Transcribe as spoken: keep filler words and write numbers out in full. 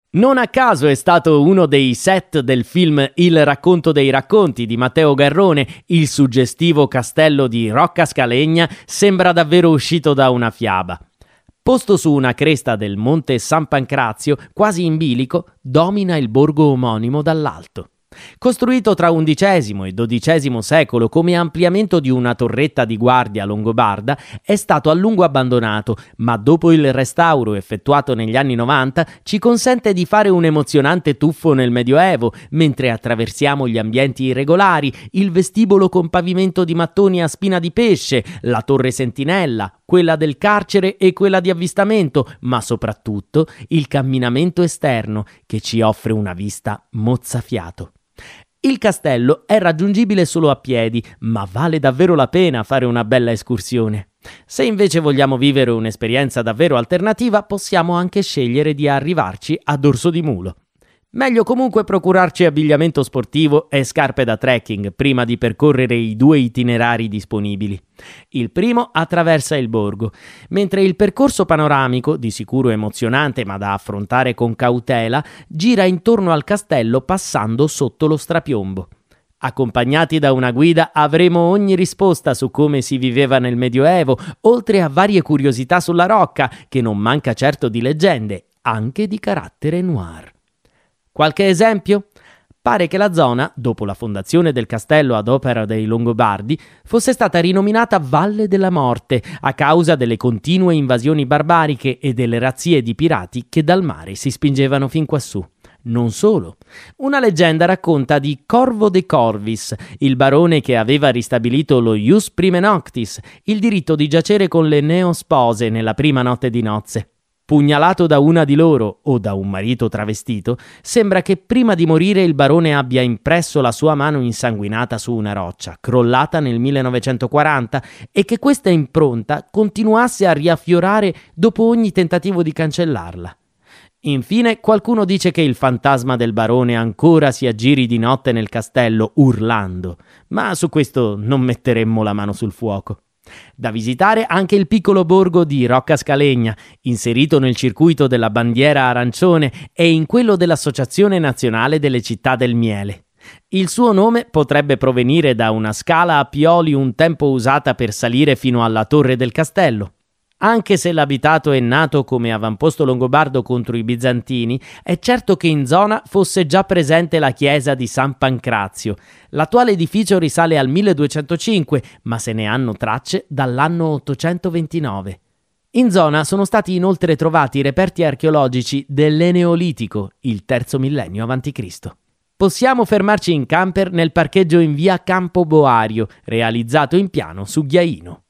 Non a caso è stato uno dei set del film Il racconto dei racconti di Matteo Garrone. Il suggestivo castello di Roccascalegna sembra davvero uscito da una fiaba. Posto su una cresta del monte San Pancrazio, quasi in bilico, domina il borgo omonimo dall'alto. Costruito tra undicesimo e dodicesimo secolo come ampliamento di una torretta di guardia longobarda, è stato a lungo abbandonato, ma dopo il restauro effettuato negli anni novanta ci consente di fare un emozionante tuffo nel Medioevo, mentre attraversiamo gli ambienti irregolari, il vestibolo con pavimento di mattoni a spina di pesce, la torre sentinella, quella del carcere e quella di avvistamento, ma soprattutto il camminamento esterno che ci offre una vista mozzafiato. Il castello è raggiungibile solo a piedi, ma vale davvero la pena fare una bella escursione. Se invece vogliamo vivere un'esperienza davvero alternativa, possiamo anche scegliere di arrivarci a dorso di mulo. Meglio comunque procurarci abbigliamento sportivo e scarpe da trekking prima di percorrere i due itinerari disponibili. Il primo attraversa il borgo, mentre il percorso panoramico, di sicuro emozionante ma da affrontare con cautela, gira intorno al castello passando sotto lo strapiombo. Accompagnati da una guida avremo ogni risposta su come si viveva nel Medioevo, oltre a varie curiosità sulla Rocca, che non manca certo di leggende, anche di carattere noir. Qualche esempio? Pare che la zona, dopo la fondazione del castello ad opera dei Longobardi, fosse stata rinominata Valle della Morte a causa delle continue invasioni barbariche e delle razzie di pirati che dal mare si spingevano fin quassù. Non solo. Una leggenda racconta di Corvo de Corvis, il barone che aveva ristabilito lo ius prime noctis, il diritto di giacere con le neospose nella prima notte di nozze. Pugnalato da una di loro o da un marito travestito, sembra che prima di morire il barone abbia impresso la sua mano insanguinata su una roccia, crollata nel millenovecentoquaranta, e che questa impronta continuasse a riaffiorare dopo ogni tentativo di cancellarla. Infine, qualcuno dice che il fantasma del barone ancora si aggiri di notte nel castello urlando, ma su questo non metteremmo la mano sul fuoco. Da visitare anche il piccolo borgo di Roccascalegna, inserito nel circuito della bandiera arancione e in quello dell'Associazione Nazionale delle Città del Miele. Il suo nome potrebbe provenire da una scala a pioli un tempo usata per salire fino alla torre del castello. Anche se l'abitato è nato come avamposto longobardo contro i bizantini, è certo che in zona fosse già presente la chiesa di San Pancrazio. L'attuale edificio risale al milleduecentocinque, ma se ne hanno tracce dall'anno ottocentoventinove. In zona sono stati inoltre trovati reperti archeologici dell'Eneolitico, il terzo millennio avanti Cristo. Possiamo fermarci in camper nel parcheggio in via Campo Boario, realizzato in piano su ghiaino.